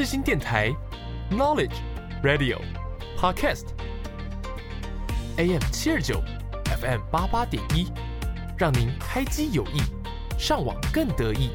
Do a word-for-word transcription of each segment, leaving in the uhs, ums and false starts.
世新电台 Knowledge Radio Podcast A M 七二九 F M 八八点一，让您开机有益，上网更得意。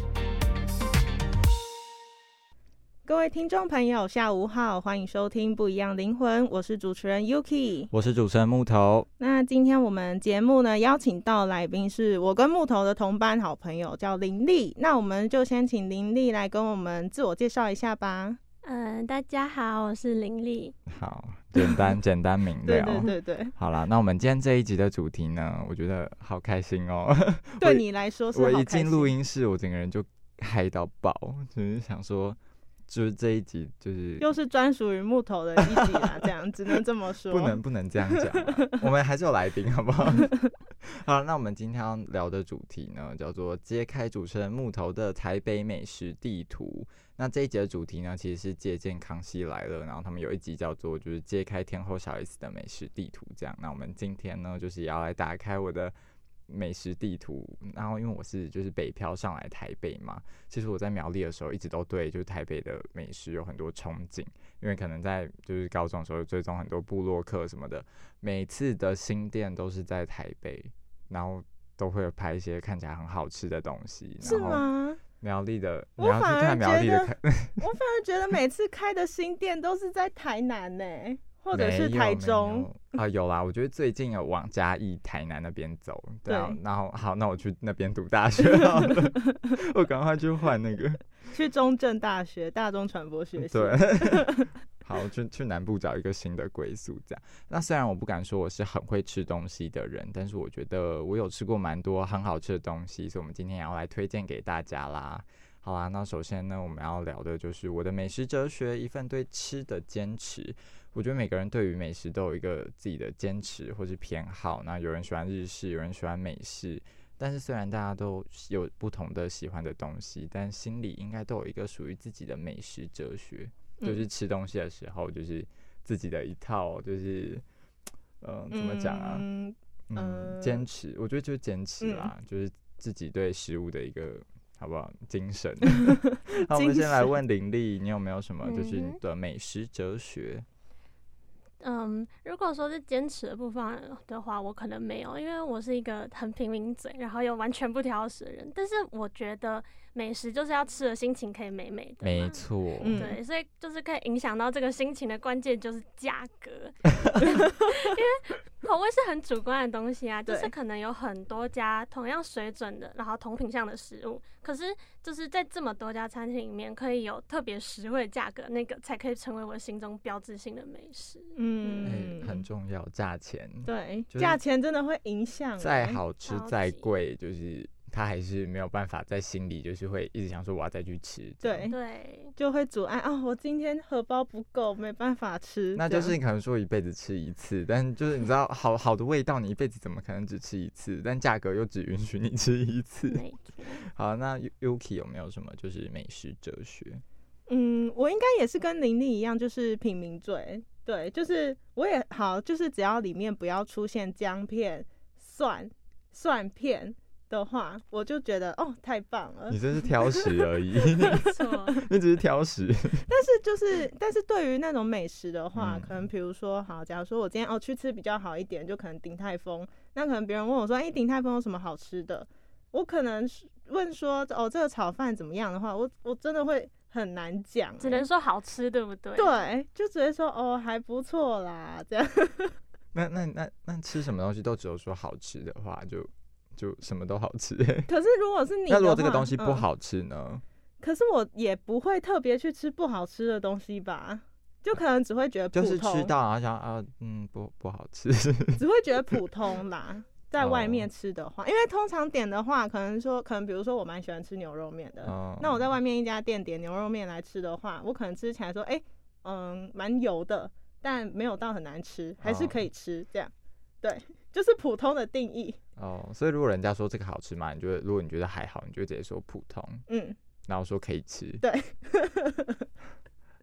各位听众朋友，下午好，欢迎收听不一样灵魂，我是主持人 Yuki， 我是主持人木头。 那今天我们节目呢邀请到来宾是我跟木头的同班好朋友，叫林丽。那我们就先请林丽来跟我们自我介绍一下吧。 嗯、呃，大家好，我是林丽。 好，简单简单明了。 对对对对。 好啦，那我们今天这一集的主题呢，我觉得好开心哦。 对你来说是好开心。 我一进录音室，我整个人就嗨到爆，就是想说。就是这一集就是又是专属于木头的一集啦，这样只能这么说， 不能不能这样讲我们还是有来宾好不好好，那我们今天要聊的主题呢叫做揭开主持人木头的台北美食地图。那这一集的主题呢其实是借鉴康熙来了，然后他们有一集叫做就是揭开天后小 S 的美食地图这样。那我们今天呢就是也要来打开我的美食地图，然后因为我是就是北漂上来台北嘛，其实我在苗栗的时候一直都对就是台北的美食有很多憧憬，因为可能在就是高中的时候追踪很多部落客什么的，每次的新店都是在台北，然后都会有拍一些看起来很好吃的东西。 是吗？ 苗栗的，你我要去看苗栗的开， 我反而觉得每次开的新店都是在台南呢、欸。或者是台中啊、呃，有啦。我觉得最近有往嘉义、台南那边走，对啊。然后好，那我去那边读大学好了，我赶快去换那个， 去中正大学大众传播学系。 对，好，去去南部找一个新的归宿，这样。那虽然我不敢说我是很会吃东西的人，但是我觉得我有吃过蛮多很好吃的东西，所以我们今天也要来推荐给大家啦。好啦，那首先呢，我们要聊的就是我的美食哲学，一份对吃的坚持。我觉得每个人对于美食都有一个自己的坚持或是偏好，那有人喜欢日式，有人喜欢美式，但是虽然大家都有不同的喜欢的东西，但心里应该都有一个属于自己的美食哲学，就是吃东西的时候，就是自己的一套，就是呃，怎么讲啊？嗯，嗯坚持，我觉得就是坚持啦，嗯、就是自己对食物的一个。好不好？精神。好，我们先来问林丽，你有没有什么就是你的美食哲学？ 嗯，如果说是坚持的部分的话，我可能没有，因为我是一个很平民嘴，然后又完全不挑食的人。但是我觉得美食就是要吃的心情可以美美的， 没错。 对，所以就是可以影响到这个心情的关键就是价格，因为口味是很主观的东西啊，就是可能有很多家同样水准的，然后同品项的食物，可是就是在这么多家餐厅里面，可以有特别实惠的价格，那个才可以成为我心中标志性的美食。 嗯， 欸、很重要，价钱。 对，价钱真的会影响。 再好吃再贵，就是他还是没有办法在心里，就是会一直想说我要再去吃。 对对，就会阻碍啊、哦！我今天荷包不够，没办法吃。 那就是你可能说一辈子吃一次，但就是你知道好好的味道，你一辈子怎么可能只吃一次？但价格又只允许你吃一次。 没错。 好，那 Yuki 有没有什么就是美食哲学？ 嗯，我应该也是跟林丽一样，就是平民嘴。对，就是我也好，就是只要里面不要出现姜片、蒜、蒜片的话，我就觉得哦，太棒了。 你这是挑食而已， 没错， 你只是挑食。 但是就是，但是对于那种美食的话， 嗯、 可能比如说，好，假如说我今天哦去吃比较好一点，就可能鼎泰丰，那可能别人问我说，哎、欸，鼎泰丰有什么好吃的？我可能问说，哦，这个炒饭怎么样的话，我我真的会。很难讲、欸， 只能说好吃，对不对？ 对，就直接说哦还不错啦，这样。 那那那那吃什么东西都只有说好吃的话，就就什么都好吃。 可是如果是你的话， 那如果这个东西不好吃呢？ 嗯、可是我也不会特别去吃不好吃的东西吧，就可能只会觉得普通， 就是吃到然后想啊嗯不不好吃， 只会觉得普通啦。在外面吃的话，因为通常点的话，可能说，可能比如说我蛮喜欢吃牛肉面的，哦、那我在外面一家店点牛肉面来吃的话，我可能吃起来说，哎、欸，嗯，蛮油的，但没有到很难吃，还是可以吃，这样，对，就是普通的定义。 哦，所以如果人家说这个好吃嘛，你觉得如果你觉得还好，你就直接说普通， 嗯， 然后说可以吃， 对。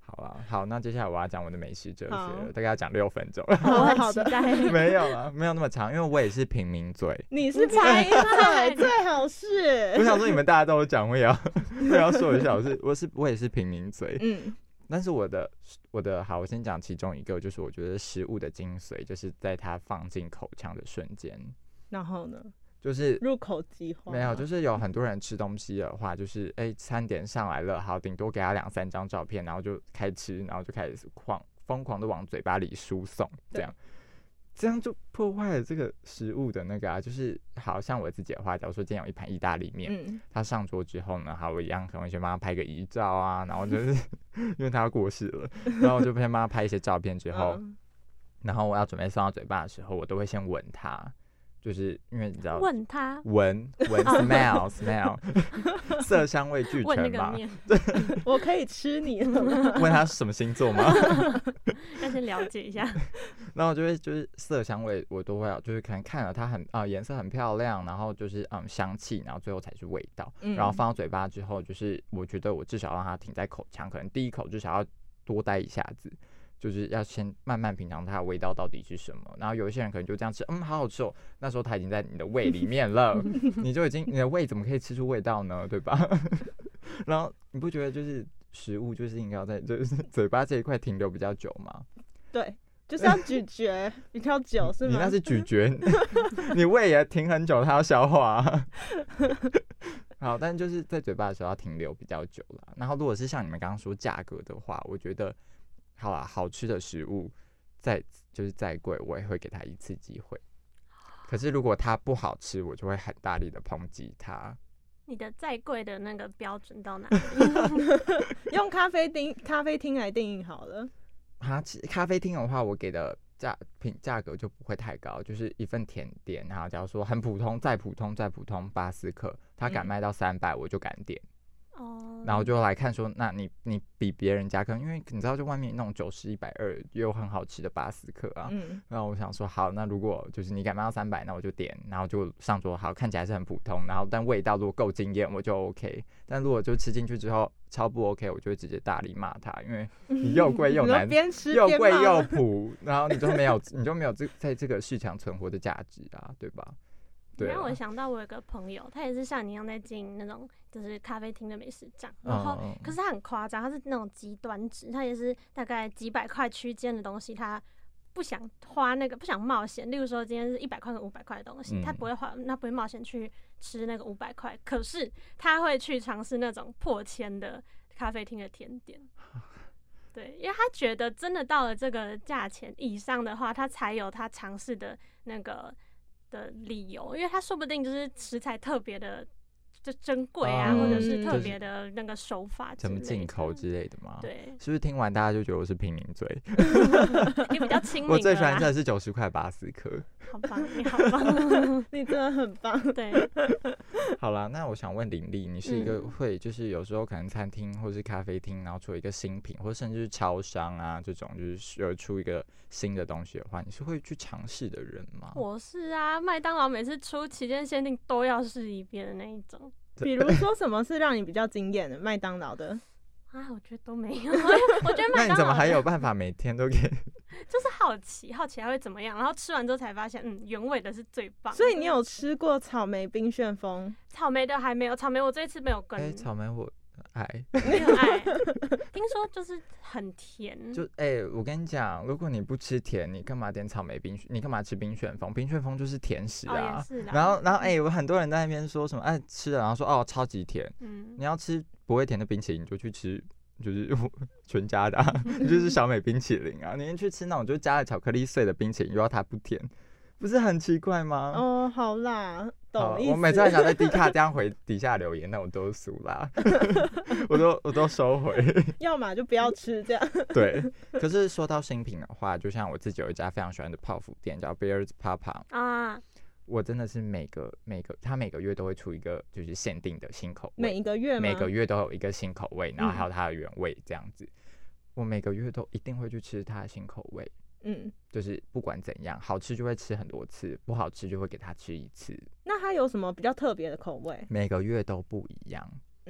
好啦，好，那接下来我要讲我的美食哲学了，大概要讲六分钟。 我很期待。 没有啦，没有那么长，因为我也是平民嘴。 你是平民嘴，最好是。 我想说你们大家都有讲，我也要我也要说一下，我是我是我也是平民嘴。嗯。但是我的我的好，我先讲其中一个，就是我觉得食物的精髓，就是在它放进口腔的瞬间。 然后呢？ 就是入口即化。 没有，就是有很多人吃东西的话，就是哎、欸，餐点上来了，好，顶多给他两三张照片，然后就开吃，然后就开始狂疯狂的往嘴巴里输送，这样。这样就破坏了这个食物的那个啊，就是好像我自己的话，假如说今天有一盘意大利面，嗯，他上桌之后呢，好，我一样可能先帮他拍个遗照啊，然后就是因为他要过世了，然后我就先帮他拍一些照片之后，嗯、然后我要准备送到嘴巴的时候，我都会先闻它。就是因为你知道， 闻它， 闻闻 smell smell， 色香味俱全嘛。 对，我可以吃你了吗？ 问他是什么星座吗？ 要先了解一下。 然后就会就是色香味我都会要，就是可能看了它很啊颜、呃、色很漂亮，然后就是嗯香气，然后最后才是味道。嗯、然后放到嘴巴之后，就是我觉得我至少让它停在口腔，可能第一口至少要多待一下子。就是要先慢慢品尝它的味道到底是什么，然后有一些人可能就这样吃，嗯，好好吃哦。那时候它已经在你的胃里面了，你就已经你的胃怎么可以吃出味道呢？对吧？然后你不觉得就是食物就是应该要在就是嘴巴这一块停留比较久吗？ 对，就是要咀嚼比较久，是吗？ 你那是咀嚼，你胃也停很久，它要消化、啊。好，但就是在嘴巴的时候要停留比较久啦。然后如果是像你们刚刚说价格的话，我觉得。好啦，好吃的食物再就是再贵，我也会给他一次机会。可是如果它不好吃，我就会很大力的抨击它。 你的再贵的那个标准到哪里？ 用咖啡厅咖啡厅来定义好了。 啊，咖啡厅的话，我给的价品价格就不会太高，就是一份甜点，然后假如说很普通，再普通再普通，巴斯克，他敢卖到三百，我就敢点。哦，然后就来看说，那你你比别人家，可能因为你知道，就外面那种九十、一百二也有很好吃的巴斯克啊。嗯。然后我想说，好，那如果就是你敢卖到三百，那我就点，然后就上桌，好，看起来是很普通，然后但味道如果够惊艳，我就 OK。但如果就吃进去之后超不 OK，我就会直接大力骂他，因为你又贵又难， 边吃又贵又普，然后你就没有你就没有这在这个市场存活的价值啊，对吧？ 让我想到我有个朋友，他也是像你一样在经营那种就是咖啡厅的美食账，然后、嗯、可是他很夸张，他是那种极端值，他也是大概几百块区间的东西，他不想花那个不想冒险。例如说今天是一百块跟五百块的东西，嗯、他不会花，他不会冒险去吃那个五百块，可是他会去尝试那种破千的咖啡厅的甜点。对，因为他觉得真的到了这个价钱以上的话，他才有他尝试的那个。的理由，因为他说不定就是食材特别的就珍贵啊、嗯，或者是特别的那个手法之类的，什么进口之类的吗？ 对， 是不是听完大家就觉得我是平民嘴？ 你比较亲民。 我最喜欢吃的是九十块巴斯克。 好棒，你好棒， 你真的很棒。 对， 好啦，那我想问林丽，你是一个会就是有时候可能餐厅或是咖啡厅，然后出一个新品，或甚至是超商啊这种，就是有出一个新的东西的话，你是会去尝试的人吗？ 我是啊，麦当劳每次出期间限定都要试一遍的那一种。 比如说什么是让你比较惊艳的？麦当劳的啊，我觉得都没有。我觉得麦当劳， 那你怎么还有办法每天都给？ 就是好奇，好奇它会怎么样，然后吃完之后才发现，嗯，原味的是最棒的。 所以你有吃过草莓冰旋风？ 草莓的还没有，草莓我这一次没有跟。 哎、欸，草莓我爱， 没有爱。听说就是很甜。 就哎、欸，我跟你讲，如果你不吃甜，你干嘛点草莓冰？你干嘛吃冰旋风？冰旋风就是甜食啊。 哦、是然后，然后哎、欸，有很多人在那边说什么，哎，吃了，然后说哦，超级甜。嗯。你要吃不会甜的冰淇淋，你就去吃。就是全家的、啊，就是小美冰淇淋啊！你去吃那种就加了巧克力碎的冰淇淋，又要它不甜，不是很奇怪吗？ 哦，好啦，懂意思。 我每次很想在 D 卡这样回底下留言，但我都俗啦，我都我都收回。 要么就不要吃这样。 对，可是说到新品的话，就像我自己有一家非常喜欢的泡芙店，叫 Bears Papa 啊。我真的是每个每个他每个月都会出一个就是限定的新口味， 每一个月吗？ 每个月都有一个新口味，然后还有它的原味这样子、嗯。我每个月都一定会去吃它的新口味，嗯，就是不管怎样，好吃就会吃很多次，不好吃就会给它吃一次。 那它有什么比较特别的口味？ 每个月都不一样。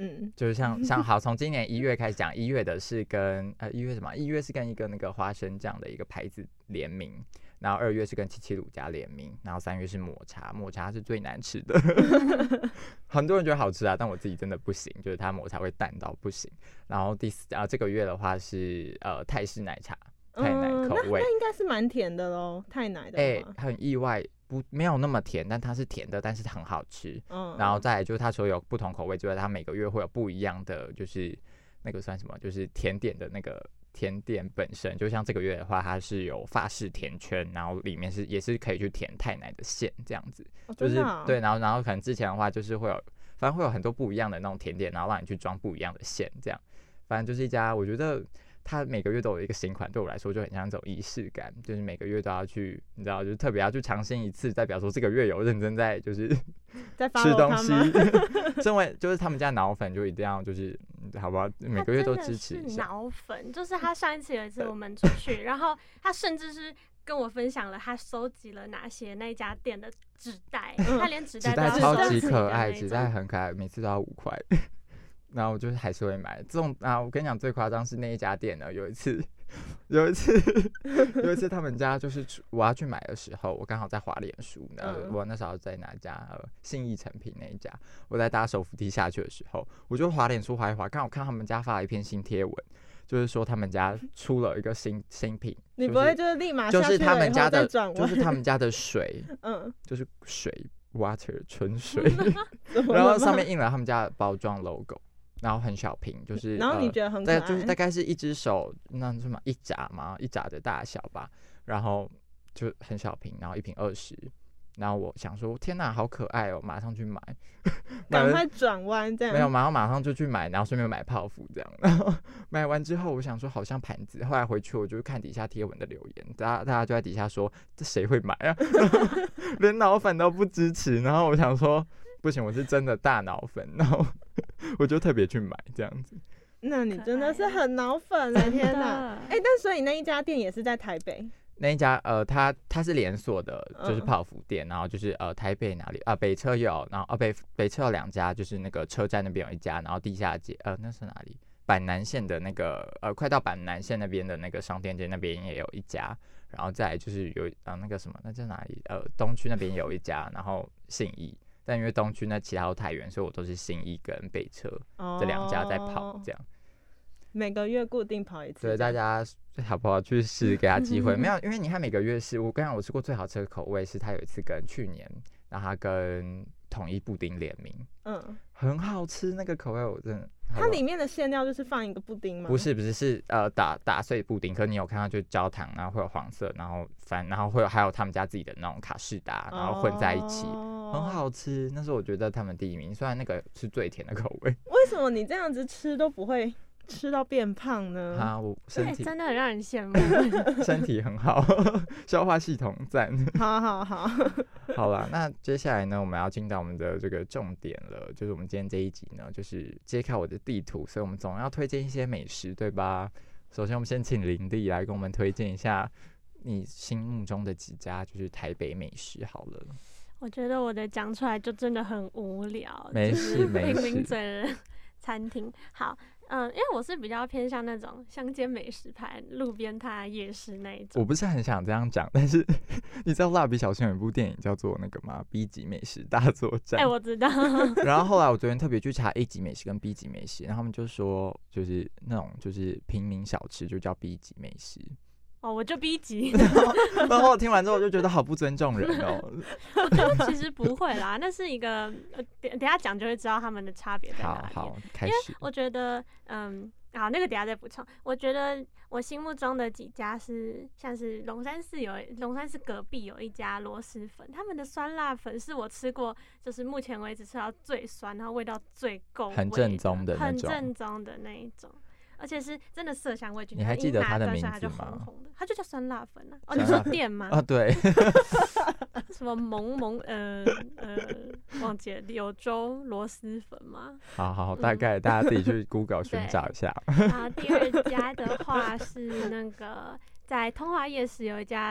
嗯， 就是像像好，从今年一月开始讲，一月的是跟呃一月什么？一月是跟一个那个花生酱的一个牌子联名，然后二月是跟七七乳加联名，然后三月是抹茶，抹茶是最难吃的，很多人觉得好吃啊，但我自己真的不行，就是它抹茶会淡到不行。然后第四啊这个月的话是呃泰式奶茶，泰奶口味， 嗯、那, 那应该是蛮甜的咯，泰奶的话， 哎、欸，很意外。不没有那么甜，但它是甜的，但是很好吃。嗯，然后再来就是它除了有不同口味之外，它每个月会有不一样的，就是那个算什么，就是甜点的那个甜点本身。就像这个月的话，它是有法式甜圈，然后里面是也是可以去填泰奶的馅这样子。 哦、 就是、 啊、 对，然后然后可能之前的话就是会有，反正会有很多不一样的那种甜点，然后让你去装不一样的馅这样。反正就是一家，我觉得。它每个月都有一个新款，对我来说就很像这种仪式感，就是每个月都要去，你知道，就是特别要去尝鲜一次，代表说这个月有认真在就是在吃东西。身为就是他们家脑粉，就一定要就是好不好？每个月都支持一下。 脑粉就是他上一次有一次我们出去，然后他甚至是跟我分享了他收集了哪些那一家店的纸袋，嗯、他连纸袋都要超级可爱，纸袋很可爱，每次都要五块。然后我就是还是会买这种啊！我跟你讲，最夸张是那一家店呢。有一次，有一次，有一次他们家就是我要去买的时候，我刚好在滑脸书，呃，嗯、我那时候在哪家呃信义诚品那一家，我在搭手扶梯下去的时候，我就滑脸书滑一滑，刚好看他们家发了一篇新贴文，就是说他们家出了一个新新品。 你不会就是立马下去就是他们家的， 转就是他们家的水， 嗯， 就是水 water 纯水，然后上面印了他们家的包装 logo。然后很小瓶，就是， 然后你觉得很可爱， 呃、就是大概是一只手那什么一扎嘛，一扎的大小吧，然后就很小瓶，然后一瓶二十，然后我想说天哪，好可爱哦，马上去买， 赶快转弯这样， 没有，马上马上就去买，然后顺便买泡芙这样，然后买完之后我想说好像盘子，后来回去我就看底下贴文的留言，大家大家就在底下说这谁会买啊，连脑粉都不支持，然后我想说。不行，我是真的大脑粉，然后我就特别去买这样子。 那你真的是很脑粉啊！天哪！哎、欸，但所以那一家店也是在台北。 那一家呃，它它是连锁的，就是泡芙店，嗯、然后就是呃台北哪里啊、呃、北车有，然后啊北北车有两家，就是那个车站那边有一家，然后地下街呃那是哪里？板南线的那个呃快到板南线那边的那个商店街那边也有一家，然后再来就是有呃那个什么那在哪里？呃东区那边有一家，然后信义。但因为东区那其他都太远，所以我都是信义跟北车、哦、这两家在跑，这样。 每个月固定跑一次。 对，大家好不好去试，给他机会。没有，因为你看每个月试，我刚刚我吃过最好吃的口味是他有一次跟去年，然后他跟统一布丁联名，嗯，很好吃那个口味，我真的。 它里面的馅料就是放一个布丁吗？ 不是不是是呃打打碎布丁，可是你有看到就焦糖，然后会有黄色，然后反然后会有还有他们家自己的那种卡士达，然后混在一起，哦、很好吃。那是我觉得他们第一名，虽然那个是最甜的口味。 为什么你这样子吃都不会吃到变胖呢？ 啊，我身体真的很让人羡慕， 身体很好，消化系统赞。 好好好， 好啦，那接下来呢，我们要进到我们的这个重点了，就是我们今天这一集呢，就是揭开我的地图，所以我们总要推荐一些美食，对吧？首先，我们先请林丽来跟我们推荐一下你心目中的几家就是台北美食好了。 我觉得我的讲出来就真的很无聊， 没事没事， 零零嘴的餐厅好。嗯，因为我是比较偏向那种乡间美食派、路边摊、夜市那一种。 我不是很想这样讲，但是你知道蜡笔小新有一部电影叫做那个吗 ？B 级美食大作战。 哎、欸，我知道。 然后后来我昨天特别去查 A 级美食跟 B 级美食，然后他们就说，就是那种就是平民小吃就叫 B 级美食。 哦，我就 B 级。 然后我听完之后，我就觉得好不尊重人哦。 我觉得其实不会啦，那是一个等等下讲就会知道他们的差别在哪里。 好，好，开始。 因为我觉得，嗯，好，那个等下再补充。我觉得我心目中的几家是像是龙山寺有龙山寺隔壁有一家螺蛳粉，他们的酸辣粉是我吃过就是目前为止吃到最酸，然后味道最够味的， 很正宗的那种， 很正宗的那一种。而且是真的色香味俱全。 你还记得它的名字吗？ 它就红红的，它就叫酸辣粉啊。哦，你说店吗？ 啊，对。 什么蒙蒙呃呃，忘记了柳州螺蛳粉吗？ 好好，大概大家自己去 Google 寻找一下。 然后第二家的话是那个在通化夜市有一家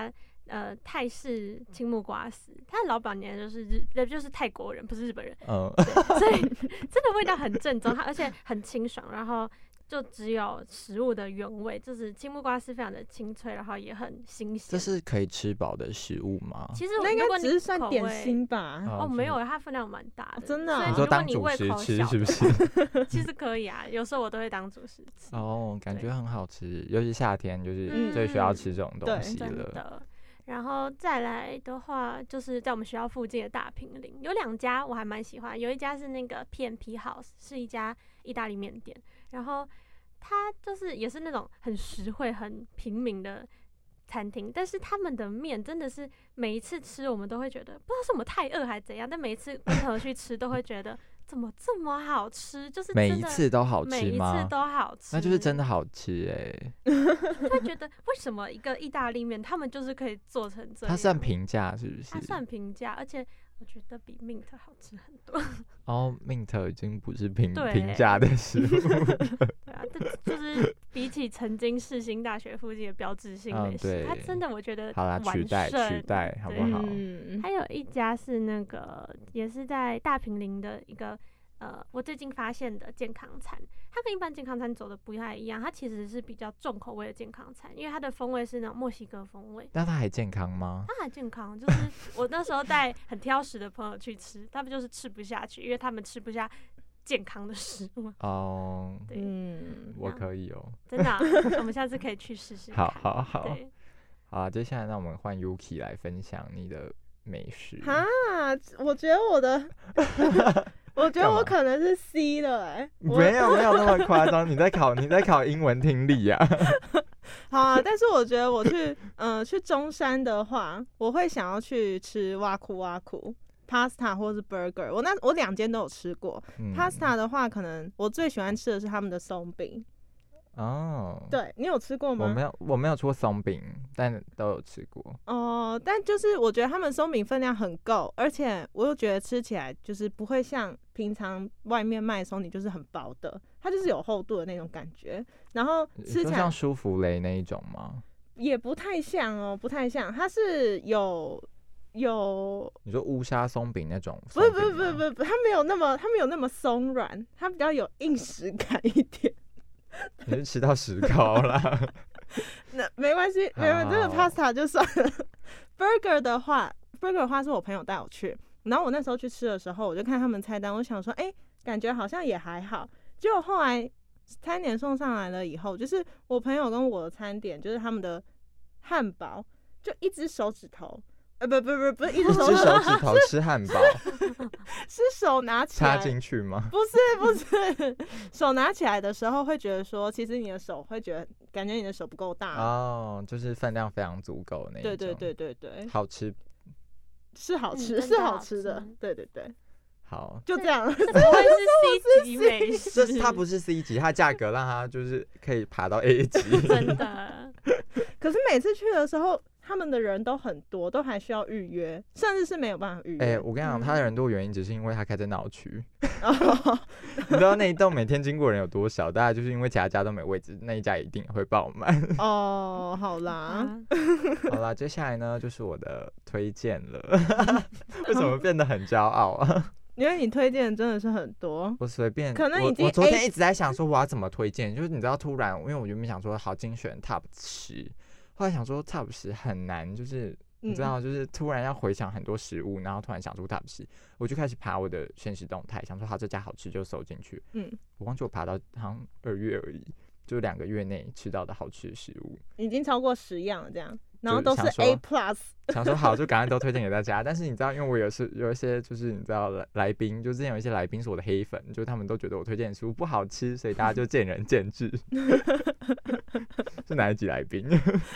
呃泰式青木瓜丝，它的老板娘就是日就是泰国人，不是日本人，嗯，所以真的味道很正宗，而且很清爽，然后就只有食物的原味，就是青木瓜丝非常的清脆，然后也很新鲜。 这是可以吃饱的食物吗？ 其实那应该只是算点心吧。 哦，没有，它分量蛮大的， 哦、真的、啊。 你说当主食吃是不是？ 其实可以啊，有时候我都会当主食吃。 哦，感觉很好吃，尤其夏天就是最需要吃这种东西了。 嗯、真的。然后再来的话，就是在我们学校附近的大平林有两家我还蛮喜欢，有一家是那个 P and P House， 是一家意大利面店，然后它就是也是那种很实惠、很平民的餐厅，但是他们的面真的是每一次吃，我们都会觉得不知道是我们太饿还是怎样，但每一次回头去吃都会觉得怎么这么好吃，就是每一次都好吃吗？ 每一次都好吃， 那就是真的好吃哎、欸。 就会觉得为什么一个意大利面他们就是可以做成这样？ 它算平价是不是？ 它算平价，而且我觉得比 Mint 好吃很多。 哦 ，Mint 已经不是平平价的食物。 对啊，这就是比起曾经世新大学附近的标志性美食，嗯、它真的我觉得好啦，取代取代好不好？ 嗯、还有一家是那个也是在大坪林的一个呃，我最近发现的健康餐，它跟一般健康餐走的不太一样，它其实是比较重口味的健康餐，因为它的风味是那种墨西哥风味。 但它还健康吗？ 它还健康，就是我那时候带很挑食的朋友去吃，他们就是吃不下去，因为他们吃不下健康的食物。 哦， 对， 嗯，我可以哦， 真的、啊，我们下次可以去试试看。 好好好，对，好啊，接下来让我们换 Yuki 来分享你的美食。 哈，我觉得我的。我觉得我可能是 C 的哎、欸， 没有没有那么夸张，你在考你在考英文听力啊。 好啊，但是我觉得我去嗯、呃、去中山的话，我会想要去吃哇酷哇酷 pasta 或是 burger， 我那我两间都有吃过。嗯、pasta 的话，可能我最喜欢吃的是他们的松饼。哦，对，你有吃过吗？ 我没有，我没有吃过松饼，但都有吃过。 哦、呃，但就是我觉得他们松饼分量很够，而且我又觉得吃起来就是不会像平常外面卖的松饼就是很薄的，它就是有厚度的那种感觉，然后吃起来像舒芙蕾那一种吗？ 也不太像哦，不太像，它是有有你说乌沙松饼那种松饼？ 不是不是不是不是，它没有那么它没有那么松软，它比较有硬实感一点。 你是吃到石膏啦？ 那没关系，没有这个 pasta 就算了。burger 的话 ，burger 的话是我朋友带我去，然后我那时候去吃的时候，我就看他们菜单，我想说，哎、欸，感觉好像也还好。结果后来餐点送上来了以后，就是我朋友跟我的餐点，就是他们的汉堡，就一只手指头。呃不不不不是一只手指手指头吃汉堡， 是手拿起来插进去吗？ 不是不是，手拿起来的时候会觉得说，其实你的手会觉得感觉你的手不够大哦，就是分量非常足够那一种。 对对对对对， 好吃是好吃、嗯、 是好吃的，对对对。 好， 就这样。 这不会是 C 级美食？ 这它不是 C 级，它价格让它就是可以爬到 A 级。 真的。 可是每次去的时候，他们的人都很多，都还需要预约，甚至是没有办法预约。 哎、欸，我跟你讲，他的人多原因只是因为他开在闹区。你知道那一栋每天经过人有多少？大概就是因为其他家都没位置，那一家一定会爆满。 哦，好啦， 好啦，接下来呢就是我的推荐了。为什么变得很骄傲啊？ 因为你推荐的真的是很多， 我随便， 可能已经我, 我昨天一直在想说我要怎么推荐，就是你知道，突然因为我原本想说好精选 Top 十，后来想说 Top 十很难，就是你知道，就是突然要回想很多食物，然后突然想出 Top 十，我就开始爬我的限时动态，想说好这家好吃就搜进去。嗯，我忘记我爬到好像二月而已，就两个月内吃到的好吃的食物已经超过十样了，这样。然后都是 A plus， 想说好就赶快都推荐给大家。但是你知道，因为我有是有一些就是你知道来宾，就之前有一些来宾是我的黑粉，就他们都觉得我推荐的食物不好吃，所以大家就见仁见智。是哪一集来宾？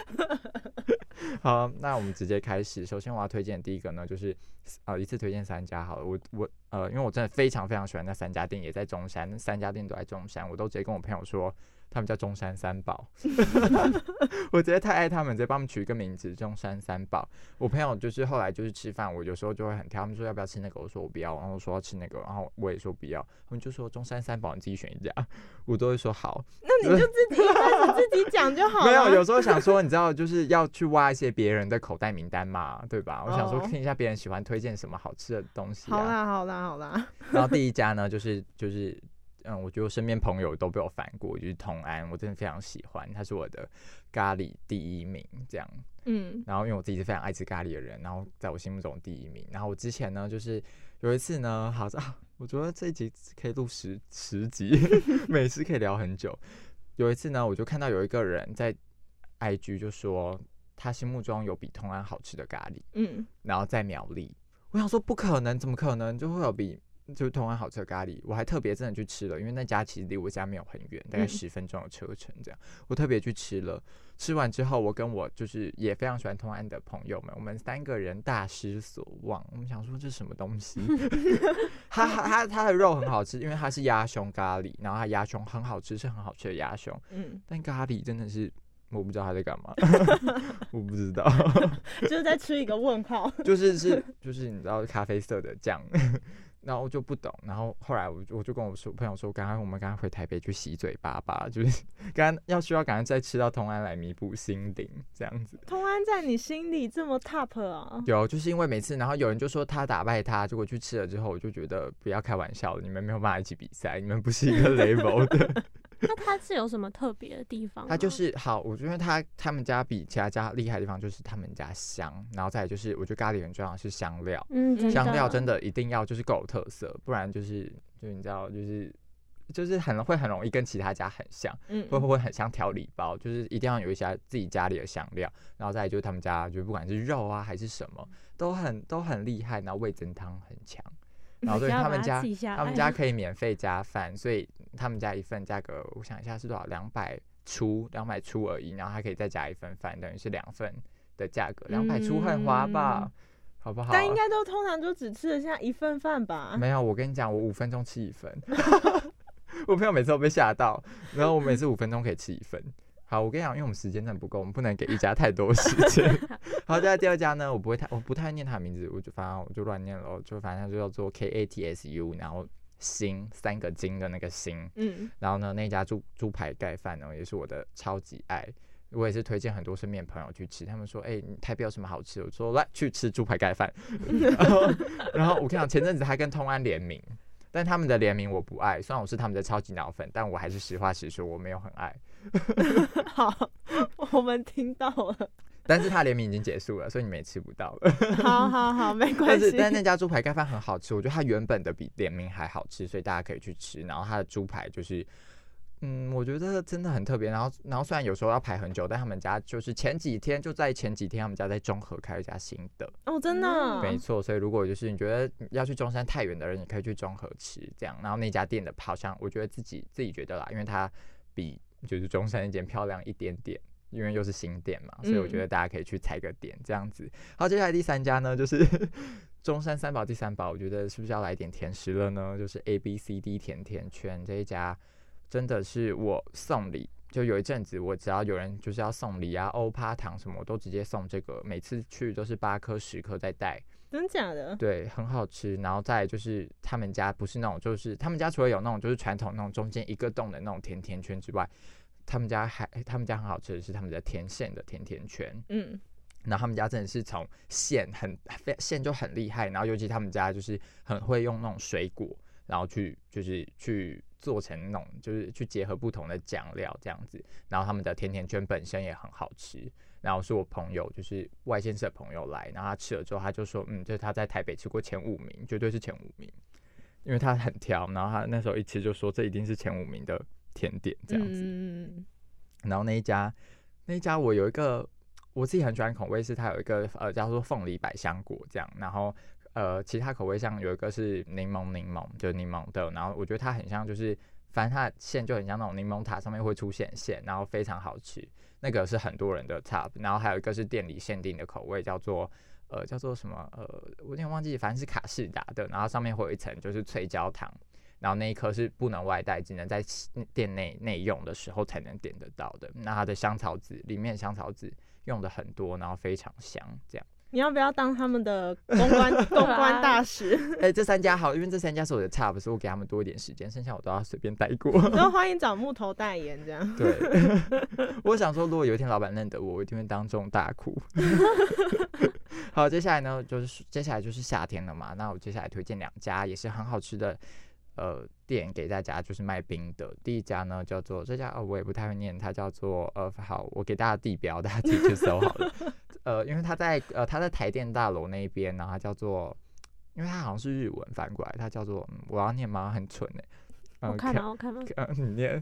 好，那我们直接开始。首先我要推荐的第一个呢，就是呃一次推荐三家好了。我我呃，因为我真的非常非常喜欢那三家店，也在中山，那三家店都在中山，我都直接跟我朋友说。 他们叫中山三宝。我直接太爱他们，直接帮他们取一个名字中山三宝。我朋友就是后来就是吃饭，我有时候就会很挑，他们说要不要吃那个，我说我不要，然后我说要吃那个，然后我也说不要，他们就说中山三宝你自己选一家，我都会说好。 那你就自己一开始自己讲就好了。 没有，有时候想说你知道就是要去挖一些别人的口袋名单嘛，对吧？我想说听一下别人喜欢推荐什么好吃的东西、啊。 好啦好啦好啦。 然后第一家呢就是就是。嗯，我觉得我身边朋友都被我烦过，就是同安，我真的非常喜欢，它是我的咖喱第一名，这样。嗯，然后因为我自己是非常爱吃咖喱的人，然后在我心目中第一名。然后我之前呢，就是有一次呢，好像、啊、我觉得这一集可以录十十集，每次可以聊很久。有一次呢，我就看到有一个人在 I G 就说他心目中有比同安好吃的咖喱，嗯，然后在苗栗，我想说不可能，怎么可能就会有比。就是同安好吃的咖喱，我还特别真的去吃了，因为那家其实离我家没有很远，大概十分钟的车程这样。我特别去吃了，吃完之后，我跟我就是也非常喜欢同安的朋友们，我们三个人大失所望。我们想说这是什么东西？它它它的肉很好吃，因为它是鸭胸咖喱，然后它鸭胸很好吃，是很好吃的鸭胸。嗯，但咖喱真的是。我不知道他在干嘛，我不知道， 就是在吃一个问号， 就是是就是你知道咖啡色的酱，然后我就不懂，然后后来我我就跟我说朋友说，刚刚我们刚刚回台北去洗嘴巴吧，就是刚刚要需要赶快再吃到同安来弥补心灵这样子。 同安在你心里这么 top 啊？ 有，就是因为每次，然后有人就说他打败他，结果去吃了之后，我就觉得不要开玩笑了，你们没有办法一起比赛，你们不是一个 level 的。 那它是有什么特别的地方？ 它就是好，我觉得他他们家比其他家厉害的地方就是他们家香，然后再来就是我觉得咖喱很重要的是香料，嗯，香料真的一定要就是够有特色，不然就是就你知道就是就是很会很容易跟其他家很像，嗯，会不会很像调理包？就是一定要有一些自己家里的香料，然后再来就是他们家就不管是肉啊还是什么都很都很厉害，然后味噌汤很强。然后对他们家，他们家可以免费加饭，所以他们家一份价格，我想一下是多少？两百出，两百出而已。然后还可以再加一份饭，等于是两份的价格，两百出很划吧？嗯、好不好？ 但应该都通常就只吃得下一份饭吧？ 没有，我跟你讲，我五分钟吃一份。我朋友每次都被吓到，然后我每次五分钟可以吃一份。好，我跟你讲，因为我们时间真的不够，我们不能给一家太多时间。好，在第二家呢，我不会太，我不太念他的名字，我就反正我就乱念了，就反正就叫做 K A T S U， 然后星三个金的那个星，嗯，然后呢那家猪猪排盖饭呢也是我的超级爱，我也是推荐很多身边朋友去吃，他们说，哎、欸，台北有什么好吃？我说来去吃猪排盖饭。然后，然后我跟你讲，前阵子还跟通安联名。但他们的联名我不爱，虽然我是他们的超级脑粉，但我还是实话实说，我没有很爱。 好，我们听到了。 但是他联名已经结束了，所以你们也吃不到了。 好好好，没关系。 但是，但那家猪排盖饭很好吃，我觉得它原本的比联名还好吃，所以大家可以去吃。然后它的猪排就是，嗯，我觉得真的很特别。然后，然后虽然有时候要排很久，但他们家就是前几天就在前几天，他们家在中和开了一家新的。 哦，真的？ 没错。所以如果就是你觉得要去中山太远的人，你可以去中和吃这样。然后那家店的好像我觉得自己自己觉得啦，因为它比就是中山那间漂亮一点点。因为又是新店嘛，所以我觉得大家可以去踩个点这样子。好，接下来第三家呢，就是中山三宝第三宝，我觉得是不是要来点甜食了呢？就是 A B C D 甜甜圈这一家，真的是我送礼，就有一阵子我只要有人就是要送礼啊、欧趴糖什么，我都直接送这个，每次去都是八颗十颗再带。 真假的？ 对，很好吃。然后再来就是他们家不是那种，就是他们家除了有那种就是传统那种中间一个洞的那种甜甜圈之外。他们家还，他们家很好吃的是他们的甜馅的甜甜圈，嗯，然后他们家真的是从馅很馅就很厉害，然后尤其他们家就是很会用那种水果，然后去就是去做成那种就是去结合不同的酱料这样子，然后他们的甜甜圈本身也很好吃。然后是我朋友，就是外县市的朋友来，然后他吃了之后，他就说，嗯，就是他在台北吃过前五名，绝对是前五名，因为他很挑，然后他那时候一吃就说这一定是前五名的。甜点这样子，嗯、然后那一家，那一家我有一个我自己很喜欢口味，是它有一个呃叫做凤梨百香果这样，然后呃其他口味像有一个是柠檬柠檬，就是柠檬的，然后我觉得它很像就是，反正它的馅就很像那种柠檬塔上面会出现馅，然后非常好吃，那个是很多人的 top， 然后还有一个是店里限定的口味叫做呃叫做什么呃我有点忘记，反正是卡士达的，然后上面会有一层就是脆焦糖。 然后那一颗是不能外带，只能在店内内用的时候才能点得到的。那它的香草籽里面香草籽用的很多，然后非常香，这样。 你要不要当他们的公关公关大使？ 哎、欸，这三家好，因为这三家是我的 top， 所以我给他们多一点时间，剩下我都要随便带过。 然后欢迎找木头代言这样。 对，我想说，如果有一天老板认得我，我一定会当众大哭。好，接下来呢，就是接下来就是夏天了嘛，那我接下来推荐两家也是很好吃的。呃，店给大家就是卖冰的。第一家呢叫做这家哦，我也不太会念，它叫做呃，好，我给大家地标，大家自己去搜好了。呃，因为它在呃它在台电大楼那边，然后它叫做，因为它好像是日文翻过来，它叫做、嗯、我要念吗？很蠢哎、 欸呃。我看了，我看了。 呃，你念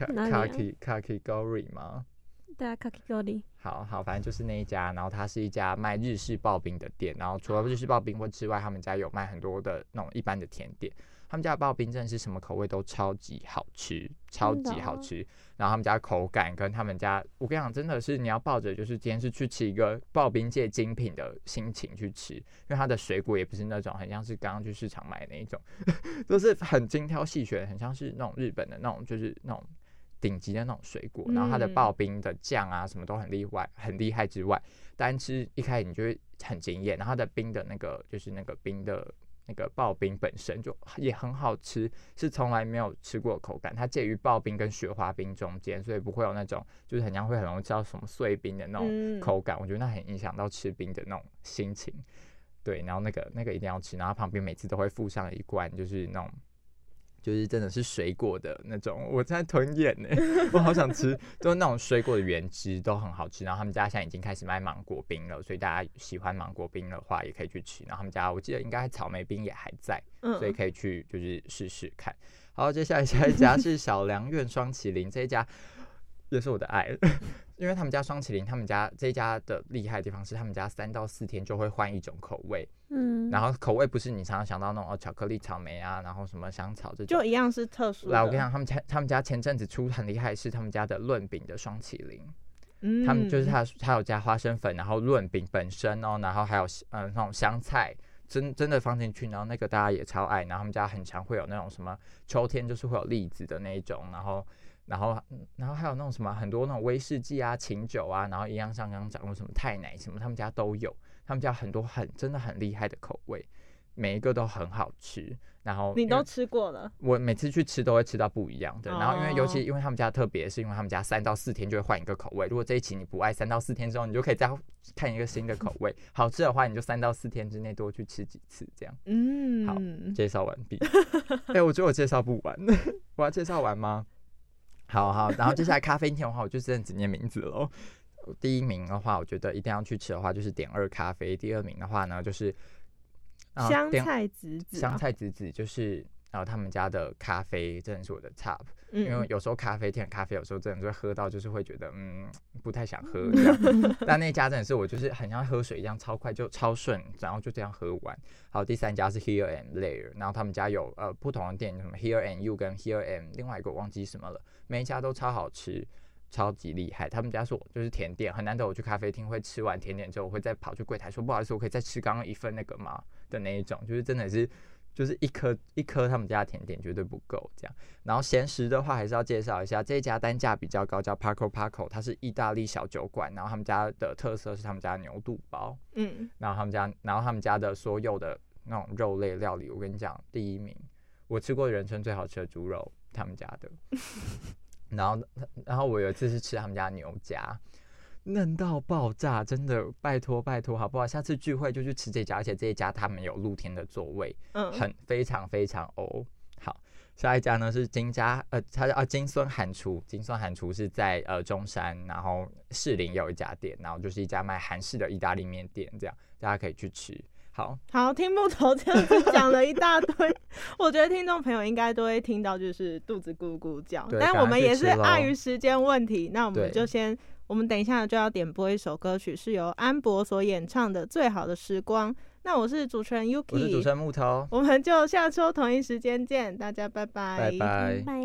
Kaki Kaki Gori 吗？ 对啊 ，Kaki Gori。 好好，反正就是那一家，然后它是一家卖日式刨冰的店，然后除了日式刨冰之外，他们家有卖很多的那种一般的甜点。他们家的刨冰真的是什么口味都超级好吃，超级好吃。然后他们家口感跟他们家，我跟你讲，真的是你要抱着就是今天是去吃一个刨冰界精品的心情去吃，因为它的水果也不是那种很像是刚刚去市场买的那一种，都是很精挑细选，很像是那种日本的那种就是那种顶级的那种水果。然后它的刨冰的酱啊什么都很厉害，很厉害之外，单吃一开始你就会很惊艳。然后它的冰的那个就是那个冰的。那个刨冰本身就也很好吃，是从来没有吃过的口感。它介于刨冰跟雪花冰中间，所以不会有那种就是很像会很容易吃到什么碎冰的那种口感。嗯、我觉得那很影响到吃冰的那种心情。对，然后那个那个一定要吃，然后旁边每次都会附上一罐就是那种。就是真的是水果的那种，我在吞咽呢，我好想吃，都是那种水果的原汁都很好吃。然后他们家现在已经开始卖芒果冰了，所以大家喜欢芒果冰的话也可以去吃。然后他们家我记得应该草莓冰也还在，所以可以去就是试试看。好，接下来下一家是小良苑双麒麟，这一家也是我的爱。因为他们家双麒麟，他们家这一家的厉害的地方是，他们家三到四天就会换一种口味，嗯，然后口味不是你常常想到那种、哦、巧克力、草莓啊，然后什么香草这种， 就一样是特殊的。 来，我跟你讲，他们家他们家前阵子出很厉害，是他们家的润饼的双麒麟，嗯，他们就是他他有加花生粉，然后润饼本身哦，然后还有嗯、呃、那种香菜。真真的放进去，然后那个大家也超爱，然后他们家很常会有那种什么秋天就是会有栗子的那一种，然后。然后，然后还有那种什么很多那种威士忌啊、琴酒啊，然后一样像刚刚讲过什么泰奶什么，他们家都有。他们家很多很真的很厉害的口味，每一个都很好吃。然后你都吃过了， 我每次去吃都会吃到不一样的。然后因为尤其因为他们家特别，是因为他们家三到四天就会换一个口味。如果这一期你不爱，三到四天之后你就可以再看一个新的口味。好吃的话，你就三到四天之内多去吃几次，这样。嗯，好，介绍完毕。哎、欸，我觉得我介绍不完，我要介绍完吗？好好，然后接下来咖啡店的话，我就真的只念名字了。第一名的话，我觉得一定要去吃的话，就是点二咖啡。第二名的话呢，就是、 呃、香菜子子、啊， 香菜子子就是呃他们家的咖啡，真的是我的 top。嗯、因为有时候咖啡店的咖啡，有时候真的会喝到，就是会觉得嗯不太想喝这样。但那家真的是我就是很像喝水一样，超快就超顺，然后就这样喝完。好，第三家是 Here and There， 然后他们家有呃不同的店，什么 Here and You 跟 Here and 另外一个我忘记什么了，每一家都超好吃。超级厉害，他们家是我就是甜点，很难得我去咖啡厅会吃完甜点之后，我会再跑去柜台说不好意思，我可以再吃刚刚一份那个吗的那一种，就是真的是就是一颗一颗他们家的甜点绝对不够这样。然后咸食的话还是要介绍一下，这一家单价比较高，叫 Paco Paco， 它是意大利小酒馆，然后他们家的特色是他们家的牛肚包，嗯，然后他们家然后他们家的所有的那种肉类料理，我跟你讲，第一名，我吃过人生最好吃的猪肉，他们家的。然后，然后我有一次是吃他们家牛夹，嫩到爆炸，真的拜托拜托好不好？下次聚会就去吃这家，而且这一家他们有露天的座位，嗯，很非常非常欧。好，下一家呢是金家，呃，它叫啊金孙韩厨，金孙韩厨是在呃中山，然后士林有一家店，然后就是一家卖韩式的意大利面店，这样大家可以去吃。好， 好，听木头这样子讲了一大堆，我觉得听众朋友应该都会听到，就是肚子咕咕叫。但我们也是碍于时间问题，那我们就先，我们等一下就要点播一首歌曲，是由安博所演唱的《最好的时光》。那我是主持人 Yuki， 我是主持人木头， 我们就下周同一时间见，大家拜拜， 拜拜， 拜。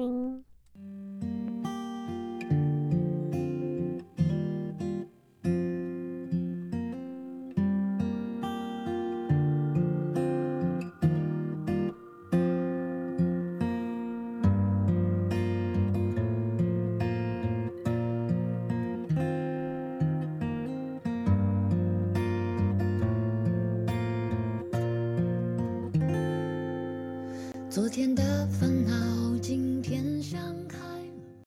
昨天的烦恼，今天想。